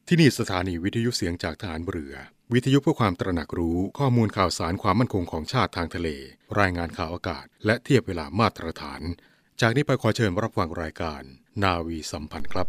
ที่นี่สถานีวิทยุเสียงจากทหารเรือวิทยุเพื่อความตระหนักรู้ข้อมูลข่าวสารความมั่นคงของชาติทางทะเลรายงานข่าวอากาศและเทียบเวลามาตรฐานจากนี้ไปขอเชิญรับฟังรายการนาวีสัมพันธ์ครับ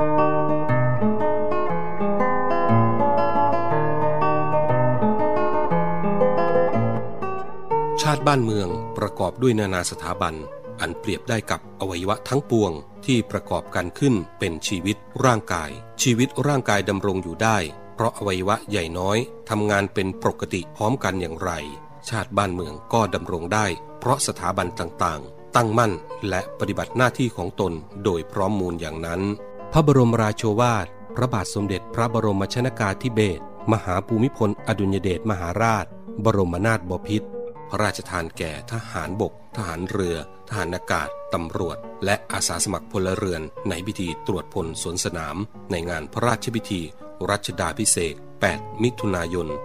ชาติบ้านเมืองประกอบด้วยนานาสถาบันอันเปรียบได้กับอวัยวะทั้งปวงที่ประกอบกันขึ้นเป็นชีวิตร่างกายชีวิตร่างกายดำรงอยู่ได้เพราะอวัยวะใหญ่น้อยทำงานเป็นปกติพร้อมกันอย่างไรชาติบ้านเมืองก็ดำรงได้เพราะสถาบันต่างๆตั้งมั่นและปฏิบัติหน้าที่ของตนโดยพร้อมมูลอย่างนั้นพระบรมราโชวาทพระบาทสมเด็จพระบรมชนกาธิเบศรมหาภูมิพลอดุลยเดชมหาราชบรมนาถบพิตรพระราชทานแก่ทหารบกทหารเรือทหารอากาศตำรวจและอาสาสมัครพลเรือนในพิธีตรวจพลสวนสนามในงานพระราชพิธีรัชดาภิเษก 8 มิถุนายน 2514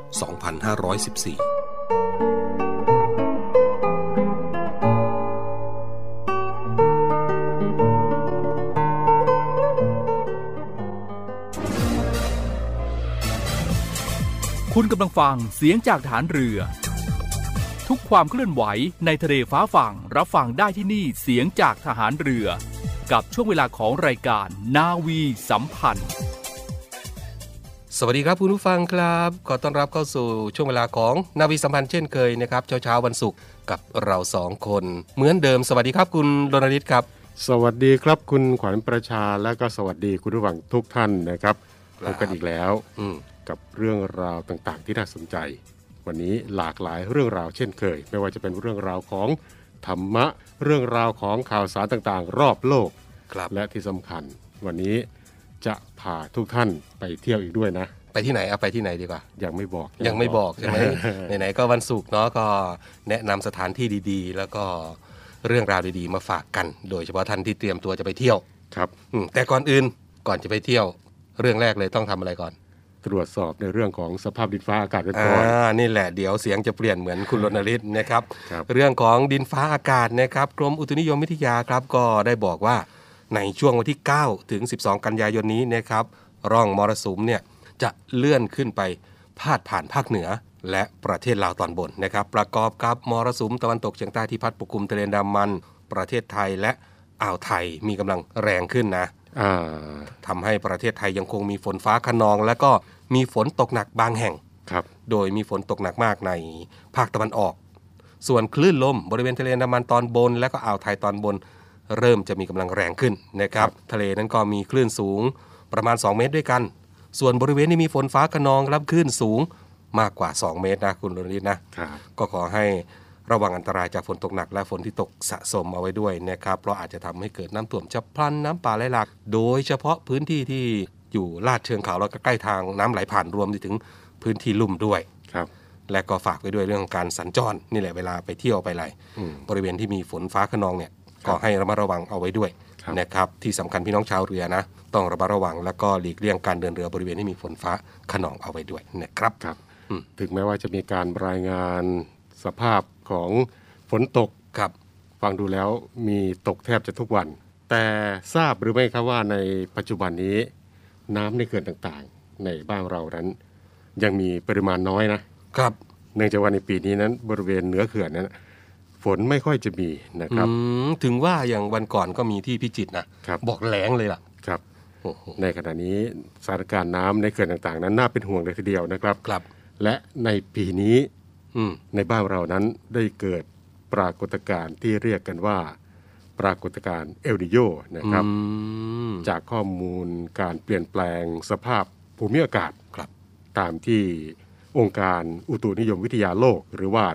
คุณกำลังฟังเสียงจากฐานเรือทุกความเคลื่อนไหวในทะเลฟ้าฝั่งรับฟังได้ที่นี่เสียงจากทหารเรือกับช่วงเวลาของรายการนาวีสัมพันธ์สวัสดีครับคุณผู้ฟังครับขอต้อนรับเข้าสู่ช่วงเวลาของนาวีสัมพันธ์เช่นเคยนะครับเช้าวันศุกร์กับเรา2คนเหมือนเดิมสวัสดีครับคุณรณฤทธิ์ครับสวัสดีครับคุณขวัญประชาและก็สวัสดีคุณผู้ฟังทุกท่านนะครับพบกันอีกแล้วกับเรื่องราวต่างๆที่น่าสนใจวันนี้หลากหลายเรื่องราวเช่นเคยไม่ว่าจะเป็นเรื่องราวของธรรมะเรื่องราวของข่าวสารต่างๆรอบโลกและที่สำคัญวันนี้จะพาทุกท่านไปเที่ยวอีกด้วยนะไปที่ไหนเอาไปที่ไหนดีกว่ายังไม่บอกใช่ไหม ไหนๆก็วันศุกร์เนาะก็แนะนำสถานที่ดีๆแล้วก็เรื่องราวดีๆมาฝากกันโดยเฉพาะท่านที่เตรียมตัวจะไปเที่ยวครับแต่ก่อนอื่นก่อนจะไปเที่ยวเรื่องแรกเลยต้องทำอะไรก่อนตรวจสอบในเรื่องของสภาพดินฟ้าอากาศกันก่อนนี่แหละเดี๋ยวเสียงจะเปลี่ยนเหมือนคุณรณฤทธิ์นะครับเรื่องของดินฟ้าอากาศนะครับกรมอุตุนิยมวิทยาครับก็ได้บอกว่าในช่วงวันที่9ถึง12กันยายนนี้นะครับร่องมรสุมเนี่ยจะเลื่อนขึ้นไปพาดผ่านภาคเหนือและประเทศลาวตอนบนนะครับประกอบกับมรสุมตะวันตกเฉียงใต้ที่พัดปกคลุมทะเลอันดามันประเทศไทยและอ่าวไทยมีกำลังแรงขึ้นนะทำให้ประเทศไทยยังคงมีฝนฟ้าคะนองและก็มีฝนตกหนักบางแห่งโดยมีฝนตกหนักมากในภาคตะวันออกส่วนคลื่นลมบริเวณทะเลอันดามันตอนบนและก็อ่าวไทยตอนบนเริ่มจะมีกำลังแรงขึ้นนะครับทะเลนั้นก็มีคลื่นสูงประมาณ2เมตรด้วยกันส่วนบริเวณที่มีฝนฟ้าคะนองรับคลื่นสูงมากกว่า2เมตรนะคุณรณฤทธิ์นะก็ขอให้ระวังอันตรายจากฝนตกหนักและฝนที่ตกสะสมเอาไว้ด้วยนะครับเพราะอาจจะทำให้เกิดน้ำท่วมฉับพลันน้ำป่าไหลหลากโดยเฉพาะพื้นที่ที่อยู่ลาดเชิงเขาแล้วก็ใกล้ทางน้ำไหลผ่านรวมถึงพื้นที่ลุ่มด้วยและก็ฝากไว้ด้วยเรื่องของการสัญจรนี่แหละเวลาไปเที่ยวไปอะไรบริเวณที่มีฝนฟ้าคะนองเนี่ยก็ให้ระมัดระวังเอาไว้ด้วยนะครับที่สำคัญพี่น้องชาวเรือนะต้องระมัดระวังแล้วก็หลีกเลี่ยงการเดินเรือบริเวณที่มีฝนฟ้าคะนองเอาไว้ด้วยนะครับถึงแม้ว่าจะมีการรายงานสภาพของฝนตกฟังดูแล้วมีตกแทบจะทุกวันแต่ทราบหรือไม่ครับว่าในปัจจุบันนี้น้ำในเขื่อนต่างๆในบ้านเรานั้นยังมีปริมาณน้อยนะครับเนื่องจากว่าในปีนี้นั้นบริเวณเหนือเขื่อนนั้นฝนไม่ค่อยจะมีนะครับถึงว่าอย่างวันก่อนก็มีที่พิจิตรนะบอกแล้งเลยล่ะครับในขณะนี้สถานการณ์น้ำในเขื่อนต่างๆนั้นน่าเป็นห่วงเลยทีเดียวนะครับและในปีนี้ในบ้านเรานั้นได้เกิดปรากฏการณ์ที่เรียกกันว่าปรากฏการณ์เอลนิโญนะครับจากข้อมูลการเปลี่ยนแปลงสภาพภูมิอากาศตามที่องค์การอุตุนิยมวิทยาโลกหรือว่า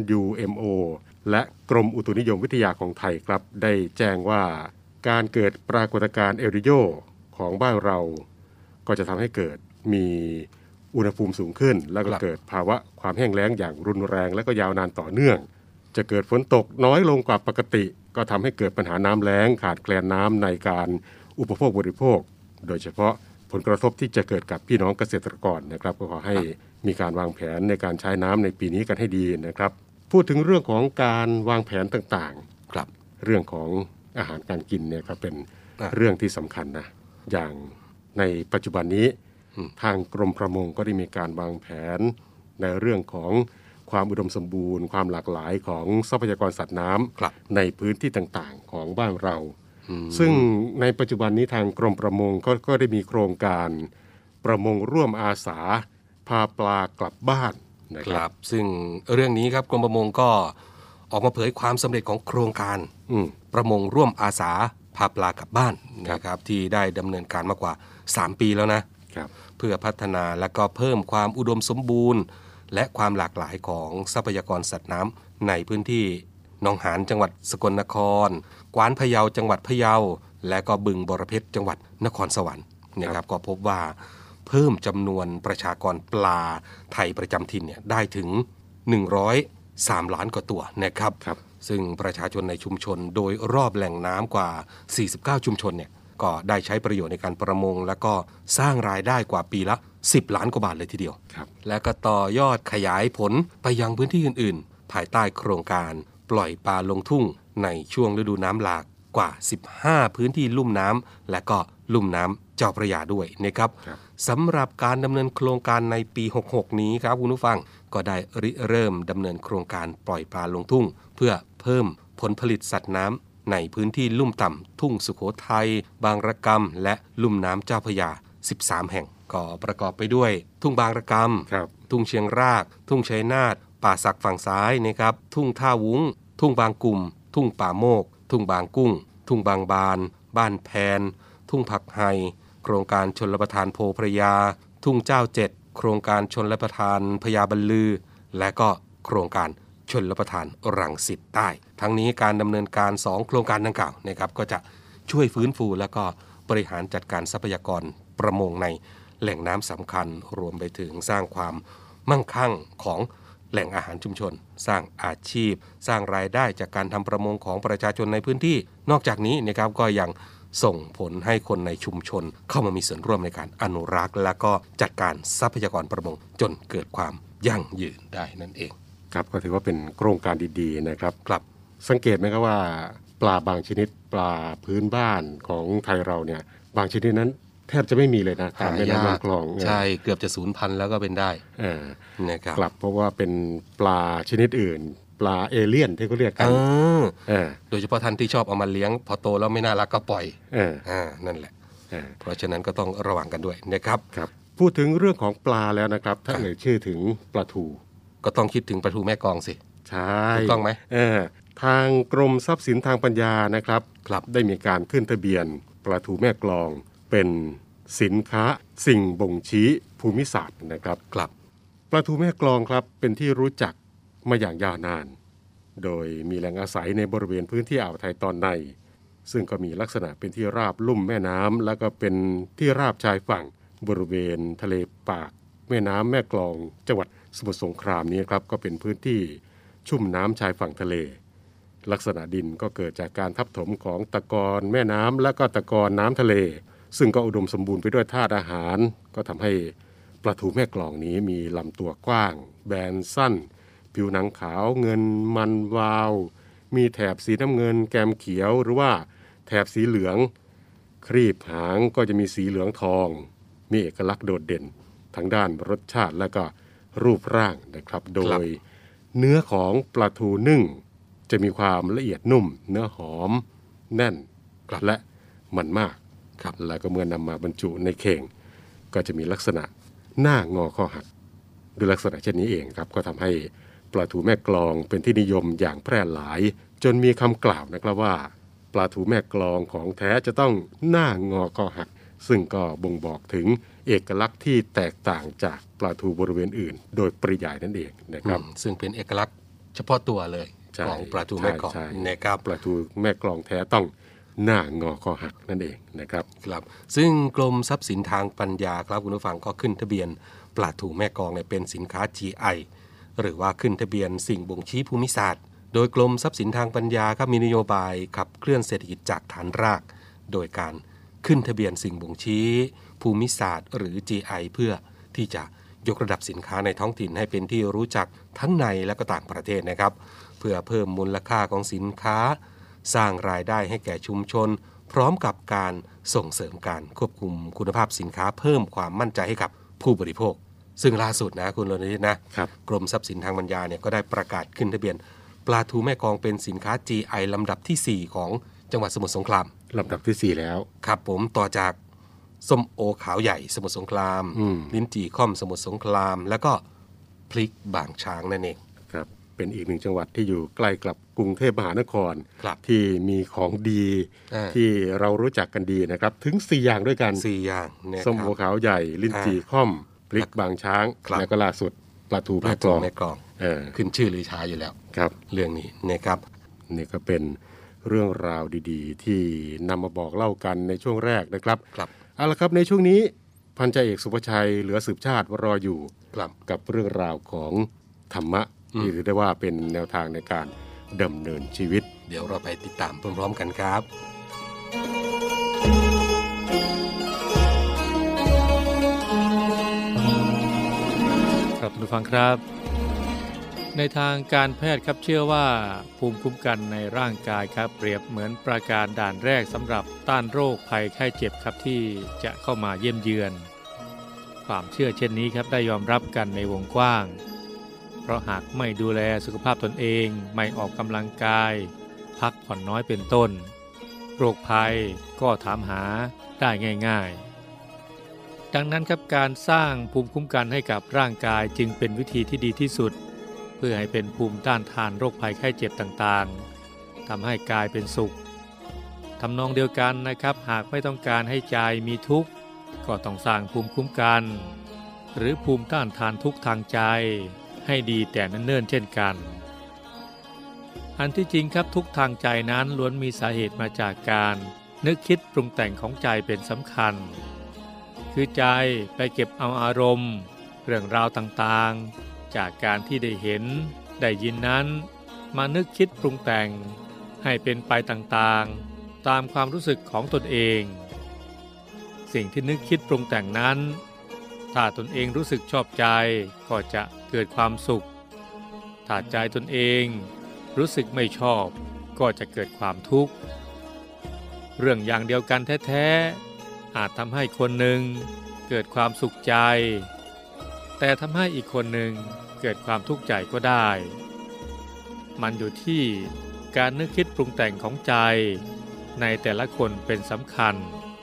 WMO และกรมอุตุนิยมวิทยาของไทยครับได้แจ้งว่าการเกิดปรากฏการณ์เอลนิโญของบ้านเราก็จะทำให้เกิดมีอุณหภูมิสูงขึ้นแล้วก็เกิดภาวะความแห้งแล้งอย่างรุนแรงและก็ยาวนานต่อเนื่องจะเกิดฝนตกน้อยลงกว่าปกติก็ทำให้เกิดปัญหาน้ำแล้งขาดแคลนน้ำในการอุปโภคบริโภคโดยเฉพาะผลกระทบที่จะเกิดกับพี่น้องเกษตรกรนะครับก็ขอให้มีการวางแผนในการใช้น้ำในปีนี้กันให้ดีนะครับพูดถึงเรื่องของการวางแผนต่างๆเรื่องของอาหารการกินเนี่ยครับเป็นเรื่องที่สำคัญนะอย่างในปัจจุบันนี้ทางกรมประมงก็ได้มีการวางแผนในเรื่องของความอุดมสมบูรณ์ความหลากหลายของทรัพยากรสัตว์น้ำในพื้นที่ต่างๆของบ้านเราซึ่งในปัจจุบันนี้ทางกรมประมงก็ได้มีโครงการประมงร่วมอาสาพาปลากลับบ้านนะครับซึ่งเรื่องนี้ครับกรมประมงก็ออกมาเผยความสำเร็จของโครงการประมงร่วมอาสาพาปลากลับบ้านนะครับที่ได้ดำเนินการมากกว่า3 ปีแล้วนะเพื่อพัฒนาและก็เพิ่มความอุดมสมบูรณ์และความหลากหลายของทรัพยากรสัตว์น้ำในพื้นที่หนองหานจังหวัดสกลนครกวานพะเยาจังหวัดพะเยาและก็บึงบรเพชรจังหวัดนครสวรรค์นะครับก็พบว่าเพิ่มจำนวนประชากรปลาไทยประจำถิ่นเนี่ยได้ถึง103 ล้านกว่าตัวนะครับซึ่งประชาชนในชุมชนโดยรอบแหล่งน้ำกว่า49ชุมชนเนี่ยก็ได้ใช้ประโยชน์ในการประมงและก็สร้างรายได้กว่าปีละ10 ล้านกว่าบาทเลยทีเดียวและก็ต่อยอดขยายผลไปยังพื้นที่อื่นๆภายใต้โครงการปล่อยปลาลงทุ่งในช่วงฤดูน้ำหลากกว่า15พื้นที่ลุ่มน้ำและก็ลุ่มน้ำเจ้าพระยาด้วยนะครับสำหรับการดำเนินโครงการในปี66นี้ครับคุณผู้ฟังก็ได้เริ่มดำเนินโครงการปล่อยปลาลงทุ่งเพื่อเพิ่มผลผลิตสัตว์น้ำในพื้นที่ลุ่มต่ำทุ่งสุโขทัยบางระกำและลุ่มน้ำเจ้าพระยา13แห่งก็ประกอบไปด้วยทุ่งบางระกำทุ่งเชียงรากทุ่งชัยนาทป่าสักฝั่งซ้ายนะครับทุ่งท่าวุ้งทุ่งบางกุ่มทุ่งป่าโมกทุ่งบางกุ้งทุ่งบางบานบ้านแพนทุ่งผักไฮโครงการชลประทานโพพระยาทุ่งเจ้า7โครงการชลประทานพญาบรรลือและก็โครงการชลประทานรังสิตใต้ทั้งนี้การดำเนินการ2โครงการดังกล่าวนะครับก็จะช่วยฟื้นฟูและก็บริหารจัดการทรัพยากรประมงในแหล่งน้ำสำคัญรวมไปถึงสร้างความมั่งคั่งของแหล่งอาหารชุมชนสร้างอาชีพสร้างรายได้จากการทำประมงของประชาชนในพื้นที่นอกจากนี้นะครับก็ยังส่งผลให้คนในชุมชนเข้ามามีส่วนร่วมในการอนุรักษ์และก็จัดการทรัพยากรประมงจนเกิดความยั่งยืนได้นั่นเองครับก็ถือว่าเป็นโครงการดีๆนะครับสังเกตไหมครับว่าปลาบางชนิดปลาพื้นบ้านของไทยเราเนี่ยบางชนิดนั้นแทบจะไม่มีเลยนะตามแม่น้ำลำคลองใช่เกือบจะสูญพันธุ์แล้วก็เป็นได้นะครับเพราะว่าเป็นปลาชนิดอื่นปลาเอเลี่ยนที่เขาเรียกกันโดยเฉพาะท่านที่ชอบเอามาเลี้ยงพอโตแล้วไม่น่ารักก็ปล่อยนั่นแหละเพราะฉะนั้นก็ต้องระวังกันด้วยนะครับพูดถึงเรื่องของปลาแล้วนะครับถ้าเอ่ยชื่อถึงปลาทูก็ต้องคิดถึงปลาทูแม่กลองสิใช่ถูกต้องไหมทางกรมทรัพย์สินทางปัญญานะครับได้มีการขึ้นทะเบียนปลาทูแม่กลองเป็นสินค้าสิ่งบ่งชี้ภูมิศาสตร์นะครับปลาทูแม่กลองครับเป็นที่รู้จักมาอย่างยาวนานโดยมีแหล่งอาศัยในบริเวณพื้นที่อ่าวไทยตอนในซึ่งก็มีลักษณะเป็นที่ราบลุ่มแม่น้ำแล้วก็เป็นที่ราบชายฝั่งบริเวณทะเลปากแม่น้ำแม่กลองจังหวัดสมุทรสงครามนี้ครับก็เป็นพื้นที่ชุ่มน้ำชายฝั่งทะเลลักษณะดินก็เกิดจากการทับถมของตะกอนแม่น้ำและก็ตะกอนน้ำทะเลซึ่งก็อุดมสมบูรณ์ไปด้วยธาตุอาหารก็ทำให้ปลาทูแม่กลองนี้มีลำตัวกว้างแบนสั้นผิวหนังขาวเงินมันวาวมีแถบสีน้ำเงินแกมเขียวหรือว่าแถบสีเหลืองครีบหางก็จะมีสีเหลืองทองมีเอกลักษณ์โดดเด่นทั้งด้านรสชาติและก็รูปร่างนะครับโดยเนื้อของปลาทูนึ่งจะมีความละเอียดนุ่มเนื้อหอมแน่นและมันมากแล้วก็เมื่อนำมาบรรจุในเข่งก็จะมีลักษณะหน้างอคอหักด้วยลักษณะเช่นนี้เองครับก็ทำให้ปลาทูแม่กลองเป็นที่นิยมอย่างแพร่หลายจนมีคำกล่าวนะครับว่าปลาทูแม่กลองของแท้จะต้องหน้างอคอหักซึ่งก็บ่งบอกถึงเอกลักษณ์ที่แตกต่างจากปลาทูบริเวณอื่นโดยปริยายนั่นเองนะครับซึ่งเป็นเอกลักษณ์เฉพาะตัวเลยของปลาทูแม่กลองนะครับปลาทูแม่กลองแท้ต้องหน้างอคอหักนั่นเองนะครับซึ่งกรมทรัพย์สินทางปัญญาครับคุณผู้ฟังก็ขึ้นทะเบียนปลาทูแม่กลองเป็นสินค้า GI หรือว่าขึ้นทะเบียนสิ่งบ่งชี้ภูมิศาสตร์โดยกรมทรัพย์สินทางปัญญาครับมีนโยบายขับเคลื่อนเศรษฐกิจจากฐานรากโดยการขึ้นทะเบียนสิ่งบ่งชี้ภูมิศาสตร์หรือ GI เพื่อที่จะยกระดับสินค้าในท้องถิ่นให้เป็นที่รู้จักทั้งในและก็ต่างประเทศนะครับเพื่อเพิ่มมูลค่าของสินค้าสร้างรายได้ให้แก่ชุมชนพร้อมกับการส่งเสริมการควบคุมคุณภาพสินค้าเพิ่มความมั่นใจให้กับผู้บริโภคซึ่งล่าสุดนะคุณรณฤทธิ์นะครับกรมทรัพย์สินทางปัญญาเนี่ยก็ได้ประกาศขึ้นทะเบียนปลาทูแม่กลองเป็นสินค้า GI ลำดับที่ 4 ของจังหวัดสมุทรสงครามลำดับที่4แล้วครับผมต่อจากส้มโอขาวใหญ่สมุทรสงครามลิ้นจี่ค่อมสมุทรสงครามแล้วก็พริกบางช้างนั่นเองครับเป็นอีกหนึ่งจังหวัดที่อยู่ใกล้กับกรุงเทพมหานครที่มีของดีที่เรารู้จักกันดีนะครับถึง4อย่างด้วยกัน 4อย่างส้มโอขาวใหญ่ลิ้นจี่ค่อมพริกบางช้างแล้วก็ล่าสุดปลาทูแม่กลองขึ้นชื่อลือชาอยู่แล้วครับเรื่องนี้นะครับนี่ก็เป็นเรื่องราวดีๆที่นำมาบอกเล่ากันในช่วงแรกนะครับเอาละครับในช่วงนี้พันจ่าเอกสุภชัยเหลือสืบชาติรออยู่กับเรื่องราวของธรรมะที่ถือได้ว่าเป็นแนวทางในการดำเนินชีวิตเดี๋ยวเราไปติดตามพร้อมๆกันครับครับทุกฟังครับในทางการแพทย์ครับเชื่อว่าภูมิคุ้มกันในร่างกายครับเปรียบเหมือนประการด่านแรกสำหรับต้านโรคภัยไข้เจ็บครับที่จะเข้ามาเยี่ยมเยือนความเชื่อเช่นนี้ครับได้ยอมรับกันในวงกว้างเพราะหากไม่ดูแลสุขภาพตนเองไม่ออกกำลังกายพักผ่อนน้อยเป็นต้นโรคภัยก็ถามหาได้ง่ายๆดังนั้นครับการสร้างภูมิคุ้มกันให้กับร่างกายจึงเป็นวิธีที่ดีที่สุดเพื่อให้เป็นภูมิต้านทานโรคภัยไข้เจ็บต่างๆทำให้กายเป็นสุขทำนองเดียวกันนะครับหากไม่ต้องการให้ใจมีทุกข์ก็ต้องสร้างภูมิคุ้มกันหรือภูมิต้านทานทุกข์ทางใจให้ดีแต่เนิ่นๆเช่นกันอันที่จริงครับทุกทางใจนั้นล้วนมีสาเหตุมาจากการนึกคิดปรุงแต่งของใจเป็นสำคัญคือใจไปเก็บเอาอารมณ์เรื่องราวต่างๆจากการที่ได้เห็นได้ยินนั้นมานึกคิดปรุงแต่งให้เป็นไปต่างๆตามความรู้สึกของตนเองสิ่งที่นึกคิดปรุงแต่งนั้นถ้าตนเองรู้สึกชอบใจก็จะเกิดความสุขถ้าใจตนเองรู้สึกไม่ชอบก็จะเกิดความทุกข์เรื่องอย่างเดียวกันแท้ๆอาจทำให้คนหนึ่งเกิดความสุขใจแต่ทำให้อีกคนหนึ่งเกิดความทุกข์ใจก็ได้มันอยู่ที่การนึกคิดปรุงแต่งของใจในแต่ละคนเป็นสำคัญ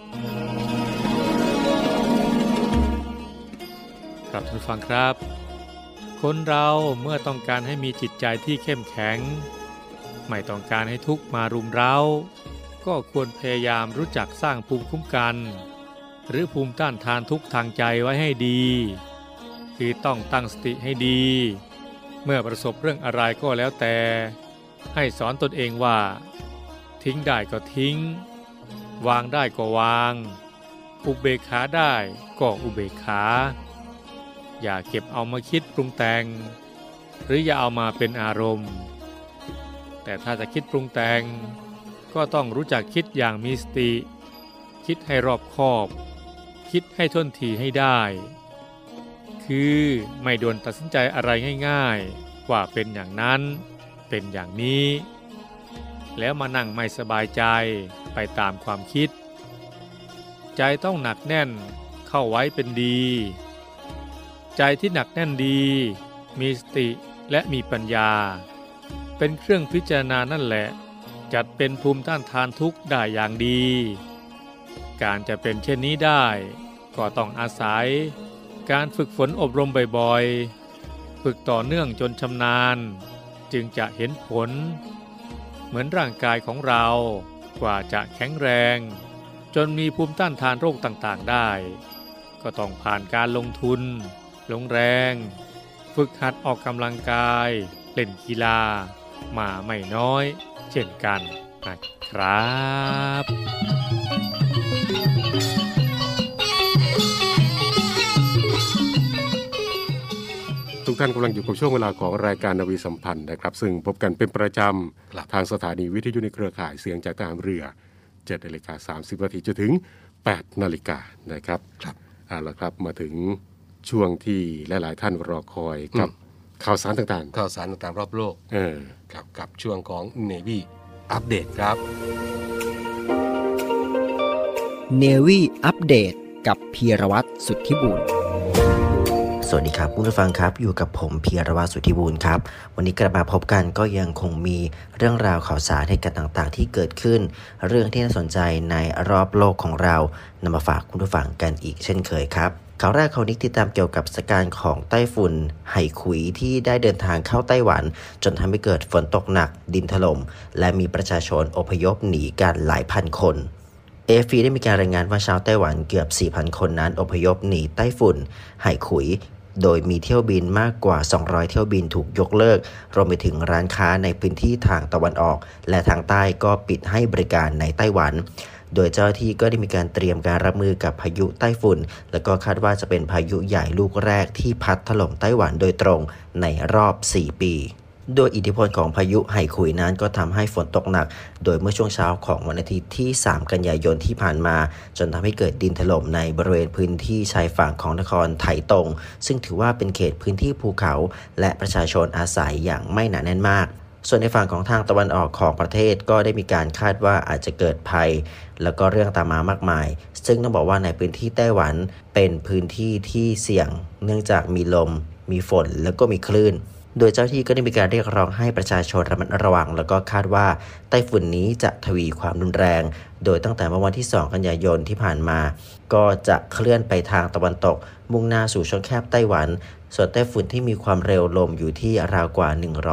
ครับทุกฟังครับคนเราเมื่อต้องการให้มีจิตใจที่เข้มแข็งไม่ต้องการให้ทุกข์มารุมเร้าก็ควรพยายามรู้จักสร้างภูมิคุ้มกันหรือภูมิต้านทานทุกข์ทางใจไว้ให้ดีคือต้องตั้งสติให้ดีเมื่อประสบเรื่องอะไรก็แล้วแต่ให้สอนตนเองว่าทิ้งได้ก็ทิ้งวางได้ก็วางอุเบกขาได้ก็อุเบกขาอย่าเก็บเอามาคิดปรุงแต่งหรืออย่าเอามาเป็นอารมณ์แต่ถ้าจะคิดปรุงแต่งก็ต้องรู้จักคิดอย่างมีสติคิดให้รอบคอบคิดให้ท่วนทีให้ได้คือไม่ด่วนตัดสินใจอะไรง่ายๆว่าเป็นอย่างนั้นเป็นอย่างนี้แล้วมานั่งไม่สบายใจไปตามความคิดใจต้องหนักแน่นเข้าไว้เป็นดีใจที่หนักแน่นดีมีสติและมีปัญญาเป็นเครื่องพิจารณานั่นแหละจัดเป็นภูมิต้านทานทุกข์ได้อย่างดีการจะเป็นเช่นนี้ได้ก็ต้องอาศัยการฝึกฝนอบรมบ่อยๆฝึกต่อเนื่องจนชำนาญจึงจะเห็นผลเหมือนร่างกายของเรากว่าจะแข็งแรงจนมีภูมิต้านทานโรคต่างๆได้ก็ต้องผ่านการลงทุนลงแรงฝึกหัดออกกำลังกายเล่นกีฬามาไม่น้อยเช่นกันนะครับทุกท่านกำลังอยู่กับช่วงเวลาของรายการนาวีสัมพันธ์นะครับซึ่งพบกันเป็นประจำทางสถานีวิทยุในเครือข่ายเสียงจากทหารเรือ 7:30 น.จนถึง 8:00 น.นะครับเอาละครับมาถึงช่วงที่หลายๆท่านรอคอยกับข่าวสารต่างๆรอบโลกกับช่วงของ Navy อัปเดตครับเนวี่อัปเดตกับพีรวัตรสุทธิบูรณ์สวัสดีครับผู้ฟังครับอยู่กับผมพีรวัตรสุทธิบูรณ์ครับวันนี้กลับมาพบกันก็ยังคงมีเรื่องราวข่าวสารเหตุการณ์ต่างๆที่เกิดขึ้นเรื่องที่น่าสนใจในรอบโลกของเรานำมาฝากคุณผู้ฟังกันอีกเช่นเคยครับข่าวแรกข่าวนี้ติดตามเกี่ยวกับสถานการณ์ของไต้ฝุ่นไห่ขุยที่ได้เดินทางเข้าไต้หวันจนทำให้เกิดฝนตกหนักดินถล่มและมีประชาชนอพยพหนีกันหลายพันคนAFP ได้มีการรายงานว่าชาวไต้หวันเกือบ 4,000 คนนั้นอพยพหนีไต้ฝุ่นไห่ขุยโดยมีเที่ยวบินมากกว่า200เที่ยวบินถูกยกเลิกรวมไปถึงร้านค้าในพื้นที่ทางตะวันออกและทางใต้ก็ปิดให้บริการในไต้หวันโดยเจ้าหน้าที่ก็ได้มีการเตรียมการรับมือกับพายุไต้ฝุ่นและก็คาดว่าจะเป็นพายุใหญ่ลูกแรกที่พัดถล่มไต้หวันโดยตรงในรอบ4ปีโดยอิทธิพลของพายุไห่ขุยนั้นก็ทำให้ฝนตกหนักโดยเมื่อช่วงเช้าของวันอาทิตย์ที่3กันยายนที่ผ่านมาจนทำให้เกิดดินถล่มในบริเวณพื้นที่ชายฝั่งของนครไถตงซึ่งถือว่าเป็นเขตพื้นที่ภูเขาและประชาชนอาศัยอย่างไม่หนาแน่นมากส่วนในฝั่งของทางตะวันออกของประเทศก็ได้มีการคาดว่าอาจจะเกิดภัยแล้วก็เรื่องตามมามากมายซึ่งต้องบอกว่าในพื้นที่ไต้หวันเป็นพื้นที่ที่เสี่ยงเนื่องจากมีลมมีฝนแล้วก็มีคลื่นโดยเจ้าที่ก็ได้มีการเรียกร้องให้ประชาชนระมัดระวังแล้วก็คาดว่าไต้ฝุ่นนี้จะทวีความรุนแรงโดยตั้งแต่เมื่อวันที่2กันยายนที่ผ่านมาก็จะเคลื่อนไปทางตะวันตกมุ่งหน้าสู่ช่องแคบไต้หวันส่วนไต้ฝุ่นที่มีความเร็วลมอยู่ที่ราวกว่า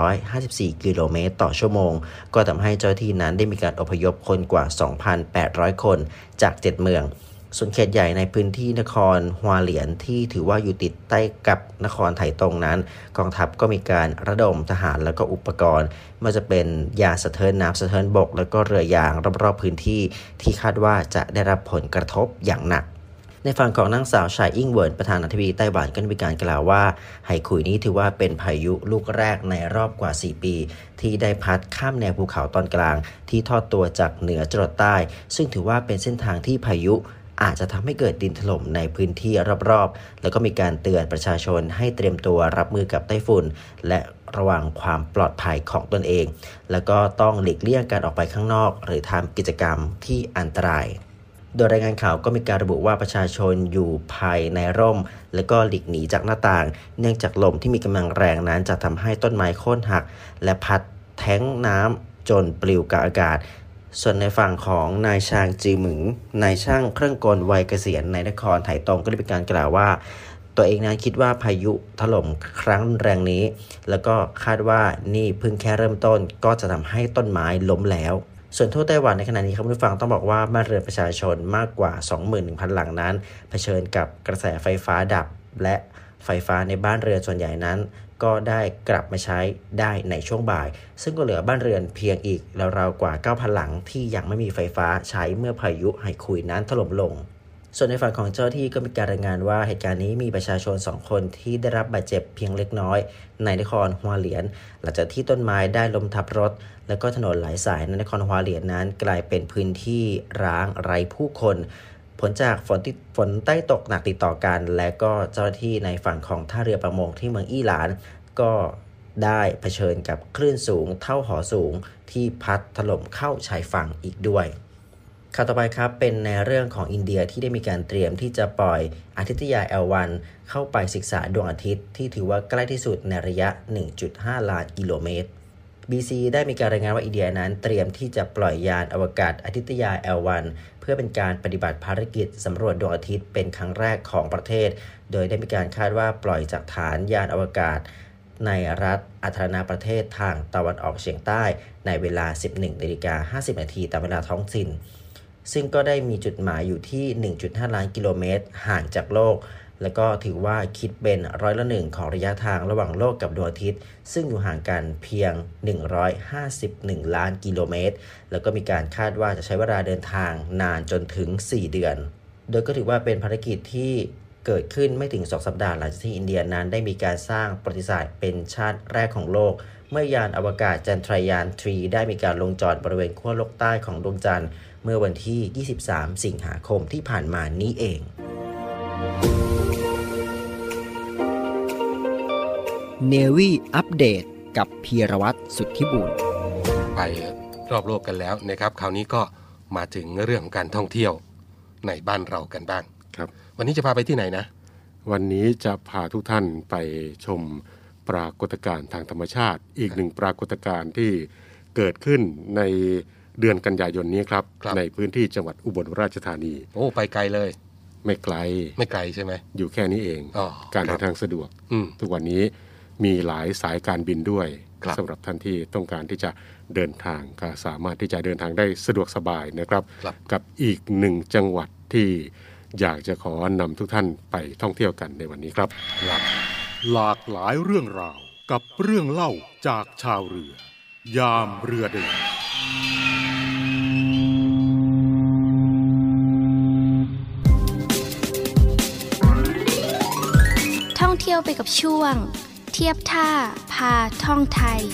154กิโลเมตรต่อชั่วโมงก็ทำให้เจ้าที่นั้นได้มีการอพยพคนกว่า 2,800 คนจาก7เมืองส่วนเขตใหญ่ในพื้นที่นครฮัวเหลียนที่ถือว่าอยู่ติดใต้กับนครไถตงนั้นกองทัพก็มีการระดมทหารและก็อุปกรณ์ไม่ว่าจะเป็นยานสะเทินน้ำสะเทินบกและก็เรือยางรอบๆพื้นที่ที่คาดว่าจะได้รับผลกระทบอย่างหนักในฝั่งของนางสาวชายอิงเหวินประธานาธิบดีไต้หวันก็มีการกล่าวว่าไห่ขุยนี้ถือว่าเป็นพายุลูกแรกในรอบกว่า4ปีที่ได้พัดข้ามแนวภูเขาตอนกลางที่ทอดตัวจากเหนือจรดใต้ซึ่งถือว่าเป็นเส้นทางที่พายุอาจจะทำให้เกิดดินถล่มในพื้นที่รอบๆแล้วก็มีการเตือนประชาชนให้เตรียมตัวรับมือกับไต้ฝุ่นและระวังความปลอดภัยของตนเองแล้วก็ต้องหลีกเลี่ยงการออกไปข้างนอกหรือทำกิจกรรมที่อันตรายโดยรายงานข่าวก็มีการระบุว่าประชาชนอยู่ภายในร่มและก็หลีกหนีจากหน้าต่างเนื่องจากลมที่มีกำลังแรงนั้นจะทำให้ต้นไม้โค่นหักและพัดแท้งน้ำจนปลิวกลางอากาศส่วนในฝั่งของนายชางจีหมึงนายช่างเครื่องกลวัยเกษียณในนครไถตงก็ได้มีการกล่าวว่าตัวเองนั้นคิดว่าพายุถล่มครั้งแรงนี้แล้วก็คาดว่านี่เพิ่งแค่เริ่มต้นก็จะทำให้ต้นไม้ล้มแล้วส่วนทั่วไต้หวันในขณะนี้ครับผู้ฟังต้องบอกว่าบ้านเรือนประชาชนมากกว่า 21,000 หลังนั้นเผชิญกับกระแสไฟฟ้าดับและไฟฟ้าในบ้านเรือนส่วนใหญ่นั้นก็ได้กลับมาใช้ได้ในช่วงบ่ายซึ่งก็เหลือบ้านเรือนเพียงอีกราวๆกว่า 9,000 หลังที่ยังไม่มีไฟฟ้าใช้เมื่อพายุไห่ขุยนั้นถล่มลงส่วนในฝั่งของเจ้าหน้าที่ก็มีการรายงานว่าเหตุการณ์นี้มีประชาชน2คนที่ได้รับบาดเจ็บเพียงเล็กน้อยในนครฮัวเหลียนหลังจากที่ต้นไม้ได้ล้มทับรถและก็ถนนหลายสายในนครฮัวเหลียนนั้นกลายเป็นพื้นที่ร้างไร้ผู้คนผลจากฝนใต้ตกหนักติดต่อกันและก็เจ้าหน้าที่ในฝั่งของท่าเรือประมงที่เมืองอี้หลานก็ได้เผชิญกับคลื่นสูงเท่าหอสูงที่พัดถล่มเข้าชายฝั่งอีกด้วยข่าวต่อไปครับเป็นในเรื่องของอินเดียที่ได้มีการเตรียมที่จะปล่อยอาทิตยาน L1 เข้าไปศึกษาดวงอาทิตย์ที่ถือว่าใกล้ที่สุดในระยะ 1.5 ล้านกิโลเมตร BC ได้มีการรายงานว่าอินเดียนั้นเตรียมที่จะปล่อยยานอวกาศอาทิตยาน L1 เพื่อเป็นการปฏิบัติภารกิจสำรวจดวงอาทิตย์เป็นครั้งแรกของประเทศโดยได้มีการคาดว่าปล่อยจากฐานยานอวกาศในรัฐอาธารณประเทศทางตะวันออกเฉียงใต้ในเวลา 11:50 นาทีตามเวลาท้องถิ่นซึ่งก็ได้มีจุดหมายอยู่ที่ 1.5 ล้านกิโลเมตรห่างจากโลกและก็ถือว่าคิดเป็น100% ของระยะทางระหว่างโลกกับดวงอาทิตย์ซึ่งอยู่ห่างกันเพียง151ล้านกิโลเมตรแล้วก็มีการคาดว่าจะใช้เวลาเดินทางนานจนถึง4เดือนโดยก็ถือว่าเป็นภารกิจที่เกิดขึ้นไม่ถึง2สัปดาห์หลังจากที่อินเดียนั้นได้มีการสร้างประวัติศาสตร์เป็นชาติแรกของโลกเมื่อยานอวกาศจันทรายาน 3 ได้มีการลงจอดบริเวณขั้วโลกใต้ของดวงจันทร์เมื่อวันที่ 23 สิงหาคมที่ผ่านมานี้เองเนวี่อัปเดตกับพีรวัตรสุทธิบุญไปรอบโลกกันแล้วนะครับคราวนี้ก็มาถึงเรื่องของการท่องเที่ยวในบ้านเรากันบ้างครับวันนี้จะพาไปที่ไหนนะวันนี้จะพาทุกท่านไปชมปรากฏการณ์ทางธรรมชาติอีกหนึ่งปรากฏการณ์ที่เกิดขึ้นในเดือนกันยายนนี้ครับในพื้นที่จังหวัดอุบลราชธานีโอ้ไปไกลเลยไม่ไกลใช่ไหมอยู่แค่นี้เองการเดินทางสะดวกทุกวันนี้มีหลายสายการบินด้วยสำหรับท่านที่ต้องการที่จะเดินทางก็สามารถที่จะเดินทางได้สะดวกสบายนะครับกับอีกหนึ่งจังหวัดที่อยากจะขอนำทุกท่านไปท่องเที่ยวกันในวันนี้ครับหลากหลายเรื่องราวกับเรื่องเล่าจากชาวเรือยามเรือเดินท่องเที่ยวไปกับช่วงเทียบท่าพาท่องไทย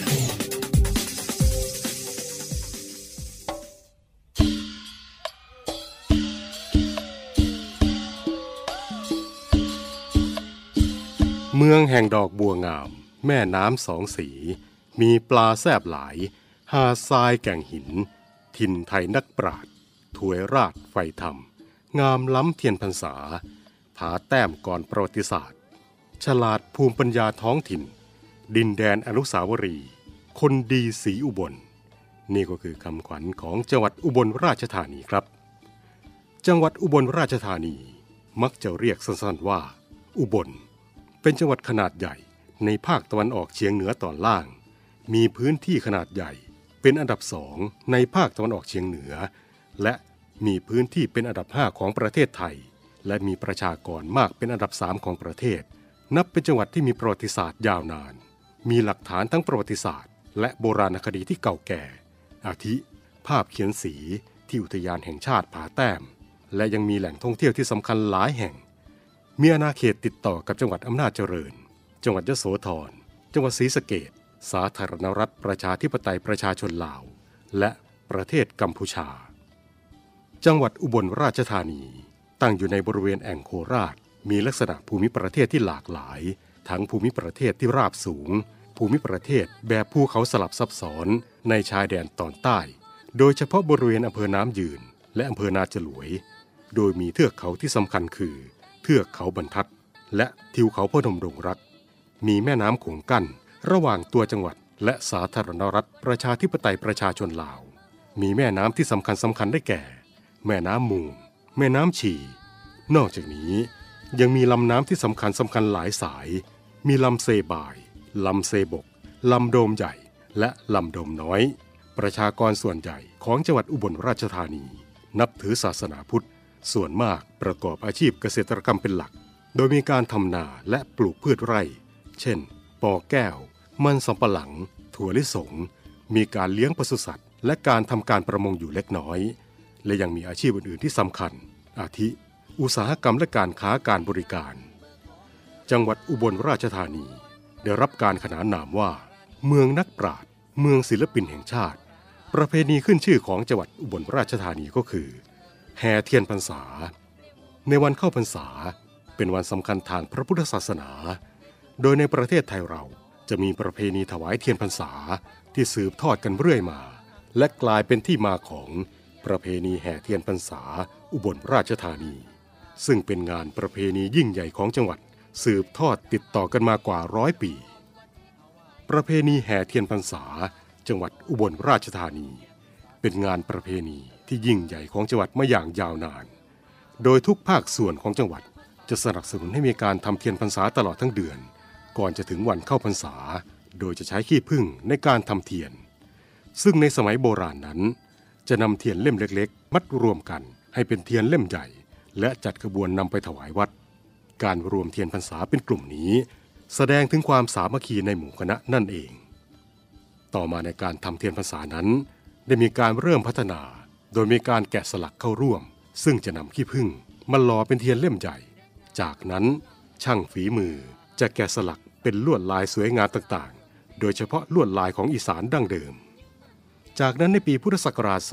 เมืองแห่งดอกบัวงามแม่น้ำสองสีมีปลาแซบหลายหาดทรายแก่งหินถิ่นไทยนักปราชญ์ถวยราชไฟธรรมงามล้ำเทียนพรรษาผาแต้มก่อนประวัติศาสตร์ฉลาดภูมิปัญญาท้องถิ่นดินแดนอนุสาวรีย์คนดีศรีอุบลนี่ก็คือคำขวัญของจังหวัดอุบลราชธานีครับจังหวัดอุบลราชธานีมักจะเรียกสั้นๆว่าอุบลเป็นจังหวัดขนาดใหญ่ในภาคตะวันออกเฉียงเหนือตอนล่างมีพื้นที่ขนาดใหญ่เป็นอันดับ2ในภาคตะวันออกเฉียงเหนือและมีพื้นที่เป็นอันดับ5ของประเทศไทยและมีประชากรมากเป็นอันดับ3ของประเทศนับเป็นจังหวัดที่มีประวัติศาสตร์ยาวนานมีหลักฐานทั้งประวัติศาสตร์และโบราณคดีที่เก่าแก่อาทิภาพเขียนสีที่อุทยานแห่งชาติผาแต้มและยังมีแหล่งท่องเที่ยวที่สำคัญหลายแห่งมีอาณาเขตติดต่อกับจังหวัดอำนาจเจริญจังหวัดยโสธรจังหวัดศรีสะเกษสาธารณรัฐประชาธิปไตยประชาชนลาวและประเทศกัมพูชาจังหวัดอุบลราชธานีตั้งอยู่ในบริเวณแอ่งโคราชมีลักษณะภูมิประเทศที่หลากหลายทั้งภูมิประเทศที่ราบสูงภูมิประเทศแบบภูเขาสลับซับซ้อนในชายแดนตอนใต้โดยเฉพาะบริเวณอำเภอน้ำยืนและอำเภอนาจลวยโดยมีเทือกเขาที่สำคัญคือเทือกเขาบรรทัดและทิวเขาพนมดงรักมีแม่น้ำโขงกั้นระหว่างตัวจังหวัดและสาธารณรัฐประชาธิปไตยประชาชนลาวมีแม่น้ำที่สำคัญได้แก่แม่น้ำมูลแม่น้ำฉี่นอกจากนี้ยังมีลำน้ำที่สำคัญหลายสายมีลำเซบายลำเซบกลำโดมใหญ่และลำโดมน้อยประชากรส่วนใหญ่ของจังหวัดอุบลราชธานีนับถือศาสนาพุทธส่วนมากประกอบอาชีพเกษตรกรรมเป็นหลักโดยมีการทำนาและปลูกพืชไร่เช่นปอแก้วมันสำปะหลังถั่วลิสงมีการเลี้ยงปศุสัตว์และการทำการประมงอยู่เล็กน้อยและยังมีอาชีพอื่นๆที่สำคัญอาทิอุตสาหกรรมและการค้าการบริการจังหวัดอุบลราชธานีได้รับการขนานนามว่าเมืองนักปราชญ์เมืองศิลปินแห่งชาติประเพณีขึ้นชื่อของจังหวัดอุบลราชธานีก็คือแห่เทียนพรรษาในวันเข้าพรรษาเป็นวันสำคัญทางพระพุทธศาสนาโดยในประเทศไทยเราจะมีประเพณีถวายเทียนพรรษาที่สืบทอดกันเรื่อยมาและกลายเป็นที่มาของประเพณีแห่เทียนพรรษาอุบลราชธานีซึ่งเป็นงานประเพณียิ่งใหญ่ของจังหวัดสืบทอดติดต่อกันมากว่า100 ปีประเพณีแห่เทียนพรรษาจังหวัดอุบลราชธานีเป็นงานประเพณีที่ยิ่งใหญ่ของจังหวัดมาอย่างยาวนานโดยทุกภาคส่วนของจังหวัดจะสนับสนุนให้มีการทำเทียนพรรษาตลอดทั้งเดือนก่อนจะถึงวันเข้าพรรษาโดยจะใช้ขี้ผึ้งในการทำเทียนซึ่งในสมัยโบราณนั้นจะนำเทียนเล่มเล็กๆมัดรวมกันให้เป็นเทียนเล่มใหญ่และจัดขบวนนำไปถวายวัดการรวมเทียนพรรษาเป็นกลุ่มนี้แสดงถึงความสามัคคีในหมู่คณะนั่นเองต่อมาในการทำเทียนพรรษานั้นได้มีการเริ่มพัฒนาโดยมีการแกะสลักเข้าร่วมซึ่งจะนำขี้ผึ้งมาหล่อเป็นเทียนเล่มใหญ่จากนั้นช่างฝีมือจะแกะสลักเป็นลวดลายสวยงามต่างๆโดยเฉพาะลวดลายของอีสานดั้งเดิมจากนั้นในปีพุทธศักราช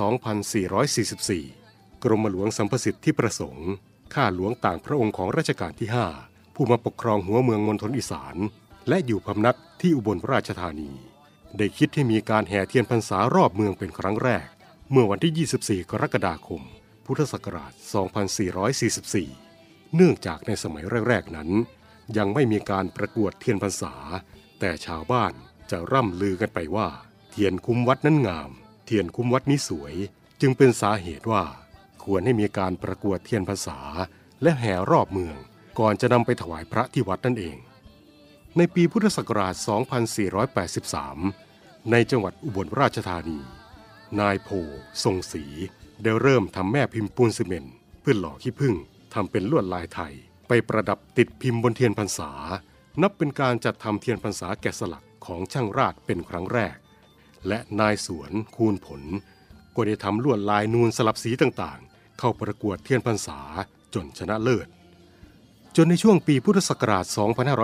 2444 กรมหลวงสัมพสิทธิประสงค์ข้าหลวงต่างพระองค์ของรัชกาลที่ 5ผู้มาปกครองหัวเมืองมณฑลอีสานและอยู่พำนักที่อุบลราชธานีได้คิดให้มีการแห่เทียนพรรษารอบเมืองเป็นครั้งแรกเมื่อวันที่ 24 กรกฎาคม พุพุทธศักราช 2444 เนื่องจากในสมัยแรกๆนั้นยังไม่มีการประกวดเทียนพรรษาแต่ชาวบ้านจะร่ำลือกันไปว่าเทียนคุ้มวัดนั้นงามเทียนคุ้มวัดนี้สวยจึงเป็นสาเหตุว่าควรให้มีการประกวดเทียนพรรษาและแห่รอบเมืองก่อนจะนำไปถวายพระที่วัดนั่นเองในปีพุทธศักราช 2483 ในจังหวัดอุบลราชธานีนายโพทรงศรีได้เริ่มทำแม่พิมพ์ปูนซีเมนต์เพื่อหล่อขี้ผึ้งทำเป็นลวดลายไทยไปประดับติดพิมพ์บนเทียนพรรษานับเป็นการจัดทำเทียนพรรษาแกะสลักของช่างราษฎร์เป็นครั้งแรกและนายสวนคูณผลก็ได้ทำลวดลายนูนสลับสีต่างๆเข้าประกวดเทียนพรรษาจนชนะเลิศจนในช่วงปีพุทธศักราช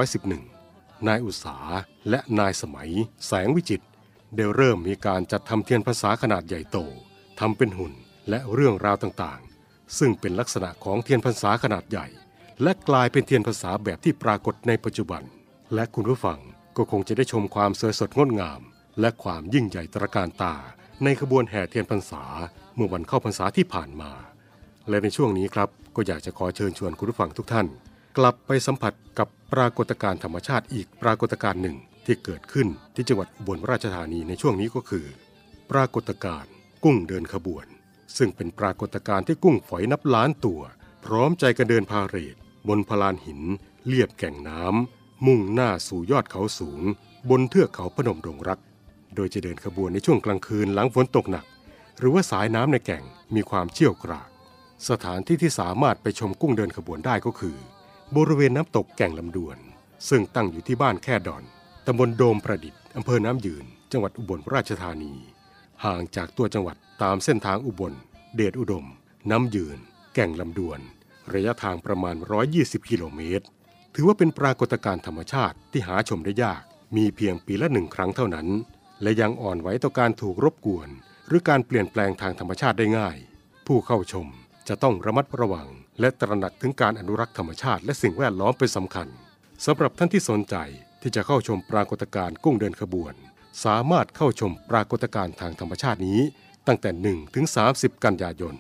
2511 นายอุษาและนายสมัยแสงวิจิตรได้เริ่มมีการจัดทำเทียนพรรษาขนาดใหญ่โตทำเป็นหุ่นและเรื่องราวต่างๆซึ่งเป็นลักษณะของเทียนพรรษาขนาดใหญ่และกลายเป็นเทียนพรรษาแบบที่ปรากฏในปัจจุบันและคุณผู้ฟังก็คงจะได้ชมความสวยสดงดงามและความยิ่งใหญ่ตระการตาในขบวนแห่เทียนพรรษาเมื่อวันเข้าพรรษาที่ผ่านมาและในช่วงนี้ครับก็อยากจะขอเชิญชวนคุณผู้ฟังทุกท่านกลับไปสัมผัสกับปรากฏการณ์ธรรมชาติอีกปรากฏการณ์หนึ่งที่เกิดขึ้นที่จังหวัดอุบลราชธานีในช่วงนี้ก็คือปรากฏการณ์กุ้งเดินขบวนซึ่งเป็นปรากฏการณ์ที่กุ้งฝอยนับล้านตัวพร้อมใจกันเดินพาเหรดบนพลานหินเลียบแก่งน้ำมุ่งหน้าสู่ยอดเขาสูงบนเทือกเขาพนมดงรักโดยจะเดินขบวนในช่วงกลางคืนหลังฝนตกหนักหรือว่าสายน้ำในแก่งมีความเชี่ยวกรากสถานที่ที่สามารถไปชมกุ้งเดินขบวนได้ก็คือบริเวณน้ำตกแก่งลำดวนซึ่งตั้งอยู่ที่บ้านแค่ดอนตำบลโดมประดิษฐ์อำเภอน้ำยืนจังหวัดอุบลราชธานีห่างจากตัวจังหวัดตามเส้นทางอุบลเดชอุดมน้ำยืนแก่งลำดวนระยะทางประมาณ120กิโลเมตรถือว่าเป็นปรากฏการณ์ธรรมชาติที่หาชมได้ยากมีเพียงปีละ1 ครั้งเท่านั้นและยังอ่อนไหวต่อการถูกรบกวนหรือการเปลี่ยนแปลงทางธรรมชาติได้ง่ายผู้เข้าชมจะต้องระมัดระวังและตระหนักถึงการอนุรักษ์ธรรมชาติและสิ่งแวดล้อมเป็นสำคัญสำหรับท่านที่สนใจที่จะเข้าชมปรากฏการณ์กุ้งเดินขบวนสามารถเข้าชมปรากฏการณ์ทางธรรมชาตินี้ตั้งแต่ 1 ถึง 30 กันยายน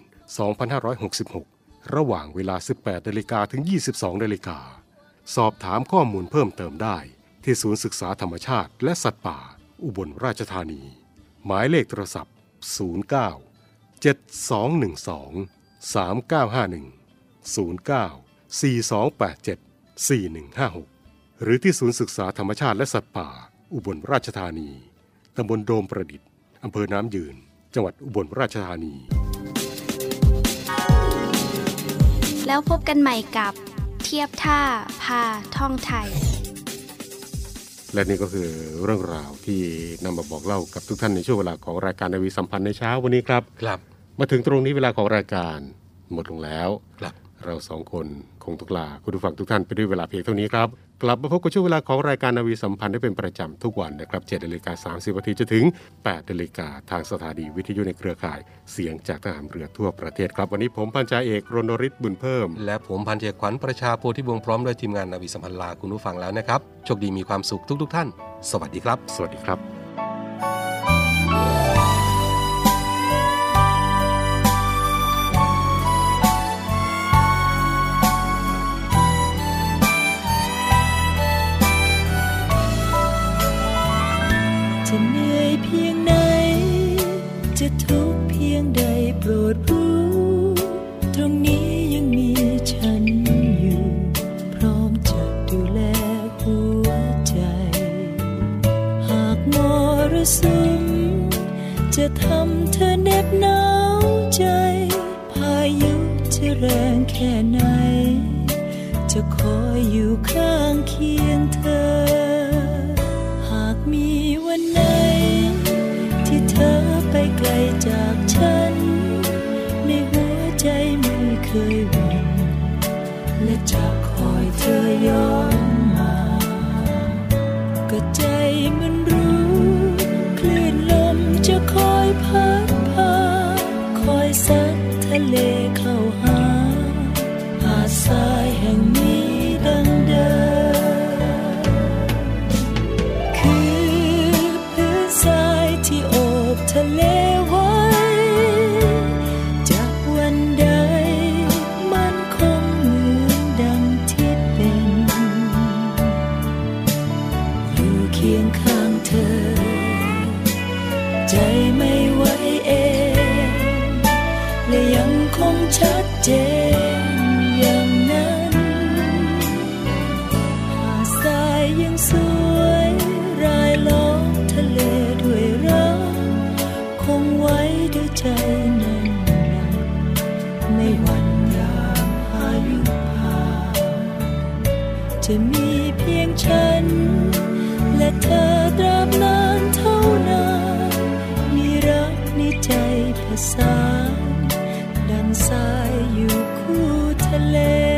2566 ระหว่างเวลา 18 นาฬิกาถึง 22 นาฬิกาสอบถามข้อมูลเพิ่มเติมได้ที่ศูนย์ศึกษาธรรมชาติและสัตว์ป่าอุบลราชธานีหมายเลขโทรศัพท์ 09 7212 3951 09 4287 4156 หรือที่ศูนย์ศึกษาธรรมชาติและสัตว์ป่าอุบลราชธานีตำบลโดมประดิษฐ์อำเภอน้ำยืนจังหวัดอุบลราชธานีแล้วพบกันใหม่กับเทียบท่าพาท่องไทยและนี่ก็คือเรื่องราวที่นำมาบอกเล่ากับทุกท่านในช่วงเวลาของรายการนาวีสัมพันธ์ในเช้าวันนี้ครับมาถึงตรงนี้เวลาของรายการหมดลงแล้วเราสองคนคงต้องลาคุณผู้ฟังทุกท่านไปด้วยเวลาเพียงเท่านี้ครับกลับมาพบกับช่วงเวลาของรายการนาวีสัมพันธ์ได้เป็นประจำทุกวันนะครับ 7:30 น.จนถึง 8:00 น.ทางสถานีวิทยุในเครือข่ายเสียงจากทหารเรือทั่วประเทศครับวันนี้ผมพันจ่าเอกรณฤทธิ์บุญเพิ่มและผมพันเอกขวัญประชาโพธิวงศ์พร้อมด้วยทีมงานนาวีสัมพันธ์ลาคุณผู้ฟังแล้วนะครับโชคดีมีความสุขทุกท่านสวัสดีครับสวัสดีครับจะเหนื่อยเพียงไหนจะทุกข์เพียงใดโปรดรู้ตรงนี้ยังมีฉันอยู่พร้อมจะดูแลหัวใจหากมรสุมจะทำเธอเหน็บหนาวใจพายุจะแรงแค่ไหนจะคอยอยู่ข้างเคียงเธอหากมีวันไหนที่เธอไปไกลจากฉันในหัวใจไม่เคยหวั่นและจะคอยเธอย้อนมาก็ใจมันรู้คลื่นลมจะคอยพัดพาคอยซัดทะเลเข้าหาหาดทรายแห่งนี้ดังเดิมสวยรายล้อมทะเลด้วยรักคงไว้ด้วยใจแน่นหนักไม่หวั่นยามพายุผ่านจะมีเพียงฉันและเธอตราบนานเท่านานมีรักในใจผสานดังสายอยู่คู่ทะเล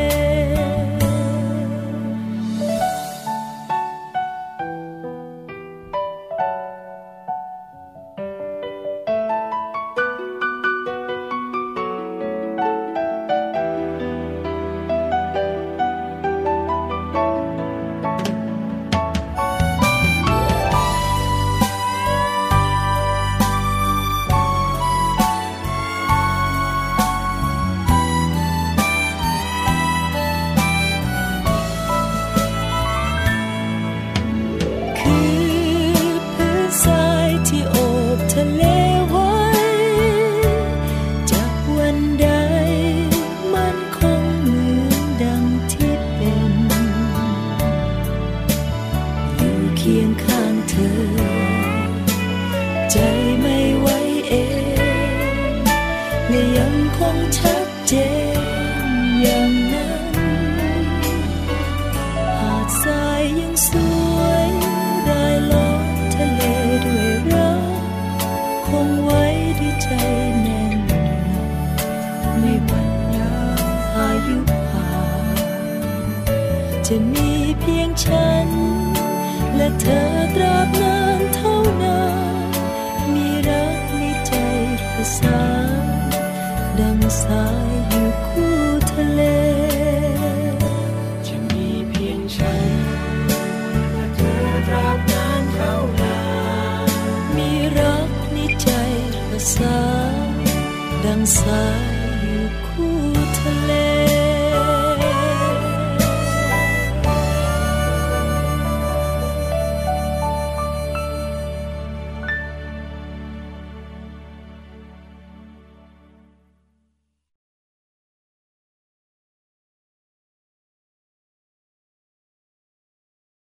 จะมีเพียงฉันและเธอตราบนานเท่านานมีรักในใจประสานดังสายอยู่คู่ทะเลจะมีเพียงฉันและเธอตราบนานเท่านานมีรักในใจประสานดังสาย